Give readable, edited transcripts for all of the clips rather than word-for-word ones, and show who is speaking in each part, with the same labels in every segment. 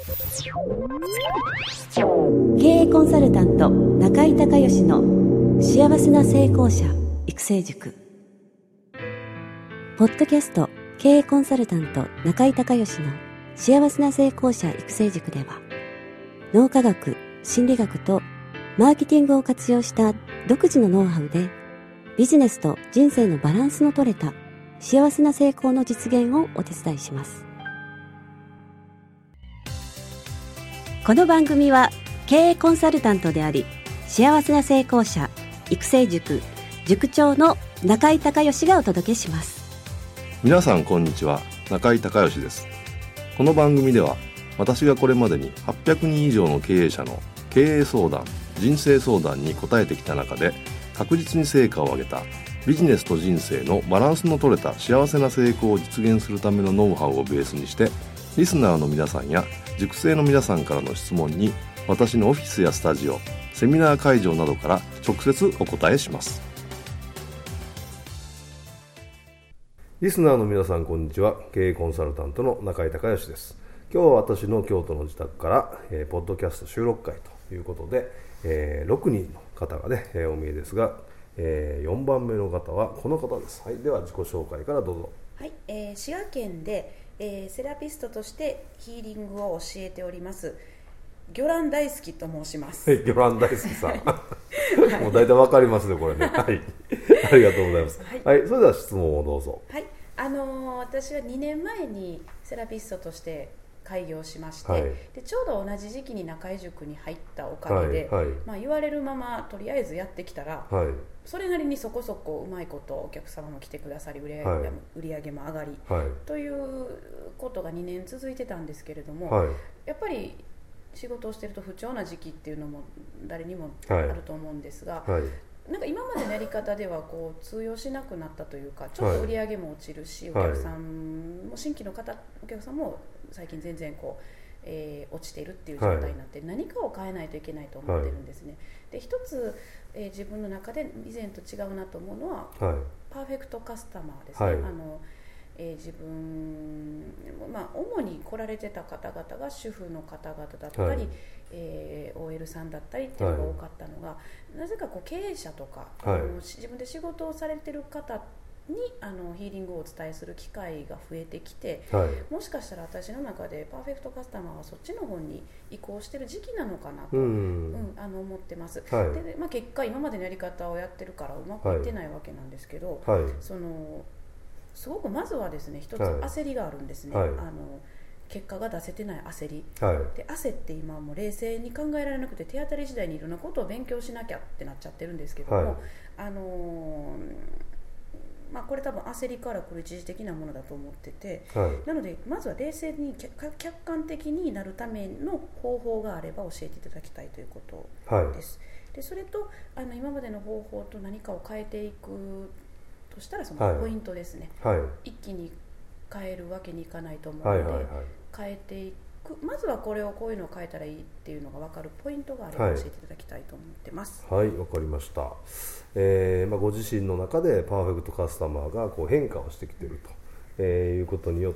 Speaker 1: 経営コンサルタント中井孝義の幸せな成功者育成塾。ポッドキャスト経営コンサルタント中井孝義の幸せな成功者育成塾では、脳科学、心理学とマーケティングを活用した独自のノウハウで、ビジネスと人生のバランスの取れた幸せな成功の実現をお手伝いします。この番組は経営コンサルタントであり、幸せな成功者育成塾塾長の中井孝義がお届けします。
Speaker 2: 皆さんこんにちは、中井孝義です。この番組では、私がこれまでに800人以上の経営者の経営相談、人生相談に答えてきた中で、確実に成果を上げたビジネスと人生のバランスの取れた幸せな成功を実現するためのノウハウをベースにして、リスナーの皆さんや塾生の皆さんからの質問に、私のオフィスやスタジオ、セミナー会場などから直接お答えします。リスナーの皆さんこんにちは。経営コンサルタントの中井孝義です。今日は私の京都の自宅から、ポッドキャスト収録会ということで、6人の方がね、お見えですが、4番目の方はこの方です。はい、では自己紹介からどうぞ。
Speaker 3: はい、滋賀県で、セラピストとしてヒーリングを教えております魚卵大好きと申します。
Speaker 2: 魚卵大好きさん、はい、もう大体わかりますねこれね。はい、ありがとうございます。はい、はい、それでは質問をどうぞ。はい、
Speaker 3: 私は2年前にセラピストとして開業しまして、
Speaker 2: はい、
Speaker 3: でちょうど同じ時期に中井塾に入ったおかげで、はいはい、言われるままとりあえずやってきたら、はい、それなりにそこそこうまいことお客様も来てくださり、売り上げも上がり、はい、ということが2年続いてたんですけれども、はい、やっぱり仕事をしてると不調な時期っていうのも誰にもあると思うんですが、はいはい、なんか今までのやり方ではこう通用しなくなったというか、ちょっと売り上げも落ちるし、はい、お客さんも新規のお客さんも最近全然こう、落ちているっていう状態になって、はい、何かを変えないといけないと思ってるんですね。で一つ、自分の中で以前と違うなと思うのは、はい、パーフェクトカスタマーですね。はい、自分、主に来られてた方々が主婦の方々だったり、はい、OL さんだったりっていうのが多かったのが、はい、なぜかこう経営者とか、はい、自分で仕事をされてる方にヒーリングをお伝えする機会が増えてきて、はい、もしかしたら私の中でパーフェクトカスタマーはそっちの方に移行してる時期なのかなと、思ってます。はい、で結果今までのやり方をやってるからうまくいってないわけなんですけど、はい、すごくまずはですね、一つ焦りがあるんですね。はい、結果が出せてない焦り、はい、で焦って今もう冷静に考えられなくて、手当たり次第にいろんなことを勉強しなきゃってなっちゃってるんですけども、はい、これ多分焦りから来る一時的なものだと思ってて、はい、なのでまずは冷静に客観的になるための方法があれば教えていただきたいということです。はい、でそれと今までの方法と何かを変えていくとしたら、そのポイントですね。はい、一気に変えるわけにいかないと思うので、はいはいはい、変えていく、まずはこういうのを変えたらいいっていうのが分かるポイントがあれば教えていただきたいと思ってます。
Speaker 2: はい、わかりました。ご自身の中でパーフェクトカスタマーがこう変化をしてきていると、いうことによって、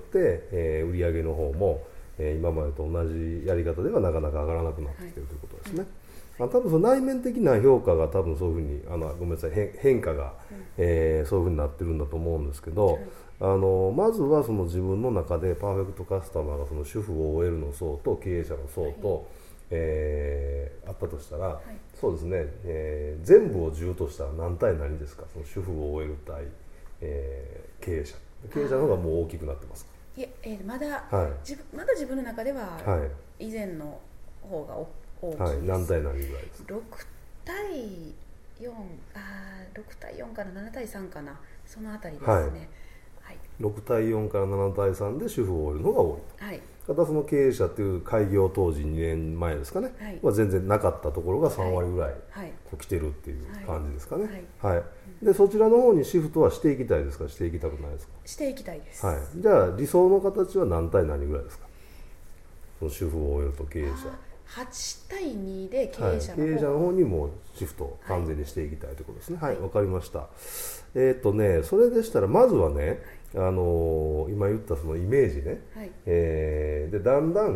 Speaker 2: 売上の方も、今までと同じやり方ではなかなか上がらなくなってきているということですね。はい、多分その内面的な評価が多分そういうふうにごめんなさい、変化が、そういうふうになってるんだと思うんですけど、まずはその自分の中でパーフェクトカスタマーがその主婦 OL の層と経営者の層と、あったとしたら、はい、そうですね、全部を10としたら何対何ですか？その主婦 OL 対、経営者の方がもう大きくなってますか？
Speaker 3: いえ、まだ自分の中では以前の方が大きいです。はい、
Speaker 2: 何対何ぐらいですか？
Speaker 3: 6対4、6対4から7対3かな、そのあたりですね。はいはい、
Speaker 2: 6対4から7対3で主婦 OL の方が多いと。はい、ただその経営者という開業当時2年前ですかね、はい、全然なかったところが3割ぐらい来てるっていう感じですかね。はいはい、でそちらの方にシフトはしていきたいですか、していきたくないですか？
Speaker 3: していきたいです。
Speaker 2: はい、じゃあ理想の形は何対何ぐらいですか？その主婦 OL と経営者。
Speaker 3: 8対2で経営者の方、
Speaker 2: 経営者の方にもシフトを完全にしていきたいということですね。はい、わかりました。それでしたらまずはね、今言ったそのイメージね、はい、でだんだん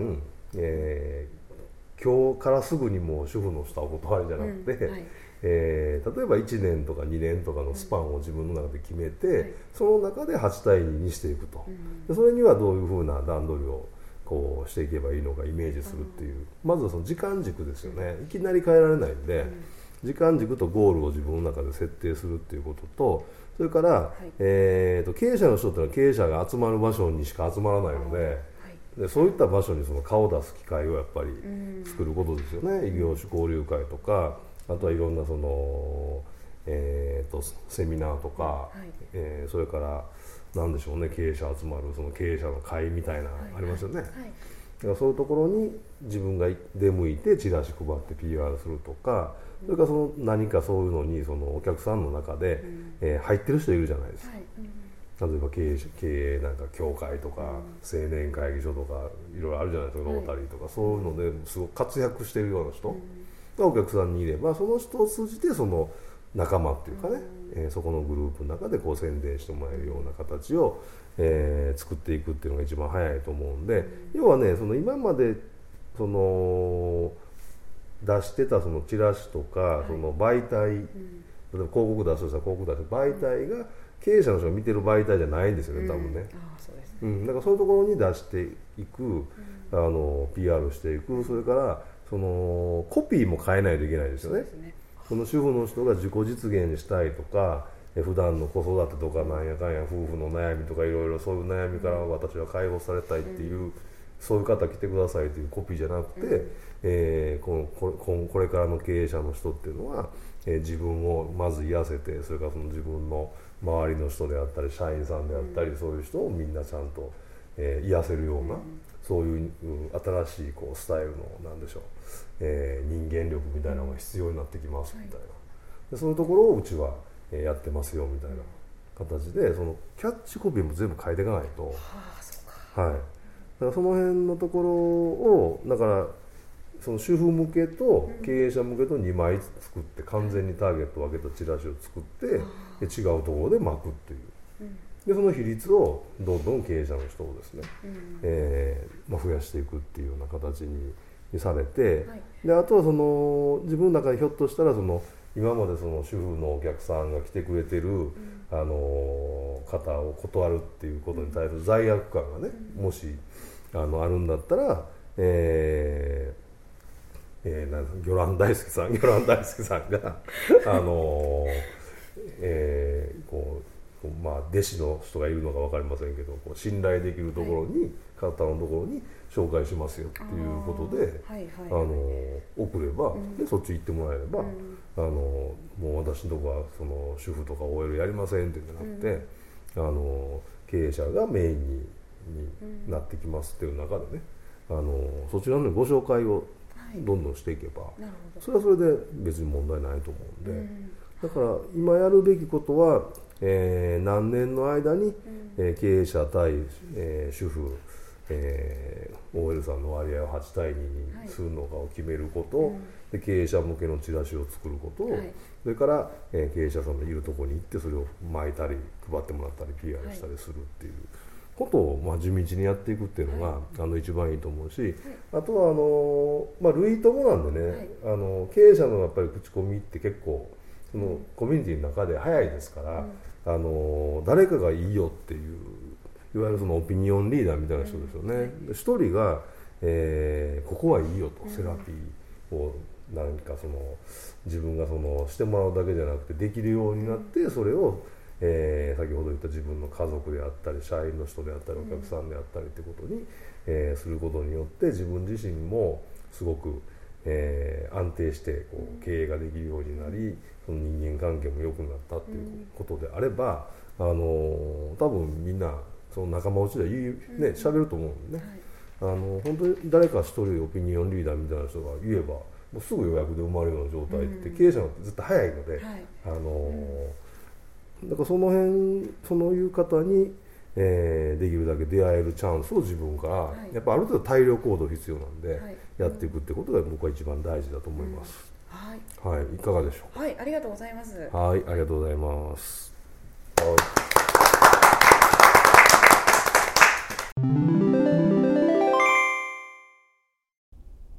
Speaker 2: 今日からすぐにもう主婦の人はお断りじゃなくて、例えば1年とか2年とかのスパンを自分の中で決めて、その中で8対2にしていくと、でそれにはどういうふうな段取りをこうしていけばいいのかイメージするっていう、まずはその時間軸ですよね。いきなり変えられないんで、時間軸とゴールを自分の中で設定するっていうことと、それから、経営者の人ってのは経営者が集まる場所にしか集まらないので、そういった場所にその顔を出す機会をやっぱり作ることですよね。異業種交流会とか、あとはいろんなその、セミナーとか、それから何でしょうね、経営者集まるその経営者の会みたいなありますよね。だからそういうところに自分が出向いてチラシ配って PR するとか、それからその何かそういうのにそのお客さんの中で、入ってる人いるじゃないですか。例えば経営なんか協会とか、青年会議所とかいろいろあるじゃないですか、ロータリーとか、そういうのですごく活躍しているような人がお客さんにいれば、その人を通じてその仲間っていうかね、そこのグループの中でこう宣伝してもらえるような形を、作っていくっていうのが一番早いと思うんで、要はね、その今までその出してたそのチラシとか、その媒体、例えば広告出すとしたら広告出す媒体が経営者の人が見てる媒体じゃないんですよね、多分ね。だからそういうところに出していく、PR していく、それからそのコピーも変えないといけないですよね。その主婦の人が自己実現したいとか、普段の子育てとかなんやかんや夫婦の悩みとかいろいろそういう悩みから私は解放されたいっていう、そういう方来てくださいというコピーじゃなくて、これからの経営者の人っていうのは、自分をまず癒せて、それからその自分の周りの人であったり社員さんであったり、そういう人をみんなちゃんと、癒せるような、そういう新しいこうスタイルのなんでしょう、人間力みたいなのが必要になってきますみたいな、でそういうところをうちはやってますよみたいな形で、そのキャッチコピーも全部変えていかないと、だからその辺のところをだからその主婦向けと経営者向けと2枚作って完全にターゲットを分けたチラシを作って違うところで巻くっていう、でその比率をどんどん経営者の人をですね、増やしていくっていうような形にされて、であとはその自分の中でひょっとしたらその今までその主婦のお客さんが来てくれてる、方を断るっていうことに対する罪悪感がね、もしあるんだったら、魚卵大輔さんが弟子の人がいるのか分かりませんけど、こう信頼できるところに、方のところに紹介しますよっていうことで送れば、でそっち行ってもらえれば、もう私のところはその主婦とか OL やりませんっていうんじゃなくて、経営者がメインになってきますっていう中でね、そちらのご紹介をどんどんしていけば、それはそれで別に問題ないと思うんで、だから今やるべきことは、何年の間に、経営者対、主婦、OL さんの割合を8対2にするのかを決めること、で経営者向けのチラシを作ること、それから、経営者さんのいるところに行ってそれを巻いたり配ってもらったり PR したりするっていうことを、地道にやっていくっていうのが、一番いいと思うし、あとは類友なんでね、経営者のやっぱり口コミって結構そのコミュニティの中で早いですから、誰かがいいよっていういわゆるそのオピニオンリーダーみたいな人ですよね。一人が、ここはいいよと、セラピーを何かその自分がそのしてもらうだけじゃなくてできるようになって、それを、先ほど言った自分の家族であったり社員の人であったりお客さんであったりってことに、することによって自分自身もすごく、安定してこう経営ができるようになり、その人間関係も良くなったっていうことであれば、多分みんなその仲間内で喋ると思うんでね、本当に誰か一人オピニオンリーダーみたいな人が言えばもうすぐ予約で生まれるような状態って経営者のって絶対早いので、だからその辺そういう方に、できるだけ出会えるチャンスを自分から、やっぱある程度大量行動必要なんで、やっていくってことが僕は一番大事だと思います。いかがでしょうか。
Speaker 3: ありがとうございます。
Speaker 2: ありがとうございます。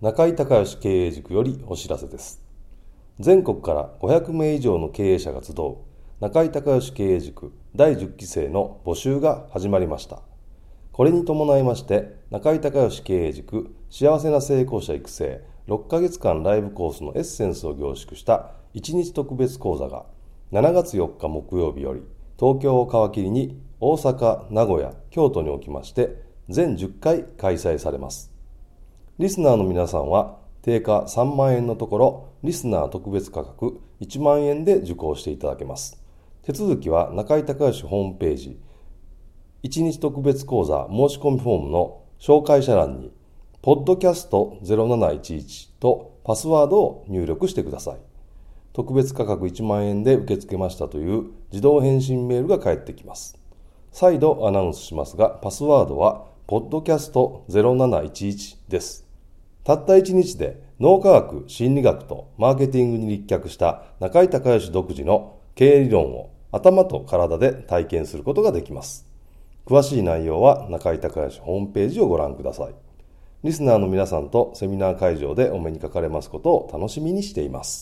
Speaker 2: 中井隆義経営塾よりお知らせです。全国から500名以上の経営者が集う中井隆義経営塾第10期生の募集が始まりました。これに伴いまして中井隆義経営塾幸せな成功者育成6ヶ月間ライブコースのエッセンスを凝縮した1日特別講座が7月4日木曜日より東京を皮切りに大阪、名古屋、京都におきまして全10回開催されます。リスナーの皆さんは定価3万円のところリスナー特別価格1万円で受講していただけます。手続きは中井隆義ホームページ1日特別講座申し込みフォームの紹介者欄にポッドキャスト0711とパスワードを入力してください。特別価格1万円で受け付けましたという自動返信メールが返ってきます。再度アナウンスしますが、パスワードはポッドキャスト0711です。たった1日で脳科学、心理学とマーケティングに立脚した中井隆義独自の経営理論を頭と体で体験することができます。詳しい内容は中井隆義ホームページをご覧ください。リスナーの皆さんとセミナー会場でお目にかかれますことを楽しみにしています。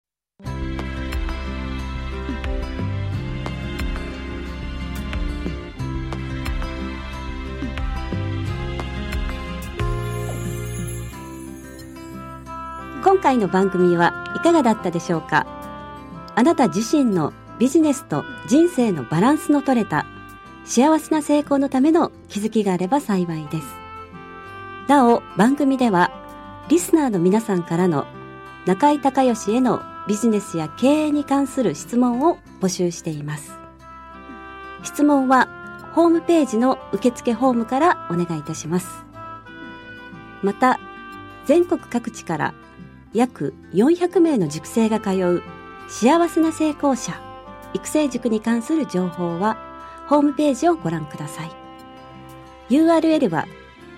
Speaker 1: 今回の番組はいかがだったでしょうか。あなた自身のビジネスと人生のバランスの取れた幸せな成功のための気づきがあれば幸いです。なお、番組ではリスナーの皆さんからの中井隆義へのビジネスや経営に関する質問を募集しています。質問はホームページの受付フォームからお願いいたします。また、全国各地から約400名の塾生が通う幸せな成功者育成塾に関する情報はホームページをご覧ください。 URL は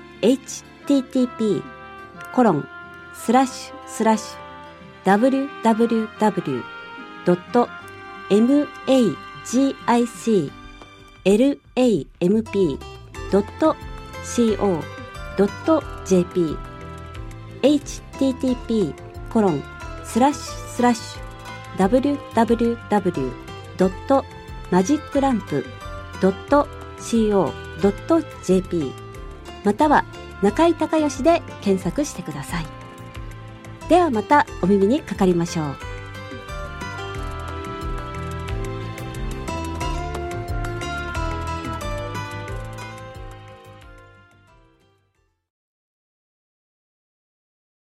Speaker 1: http://www.magiclamp.co.jp http://www.magiclamp.co.jp または中井隆義で検索してください。ではまたお耳にかかりましょう。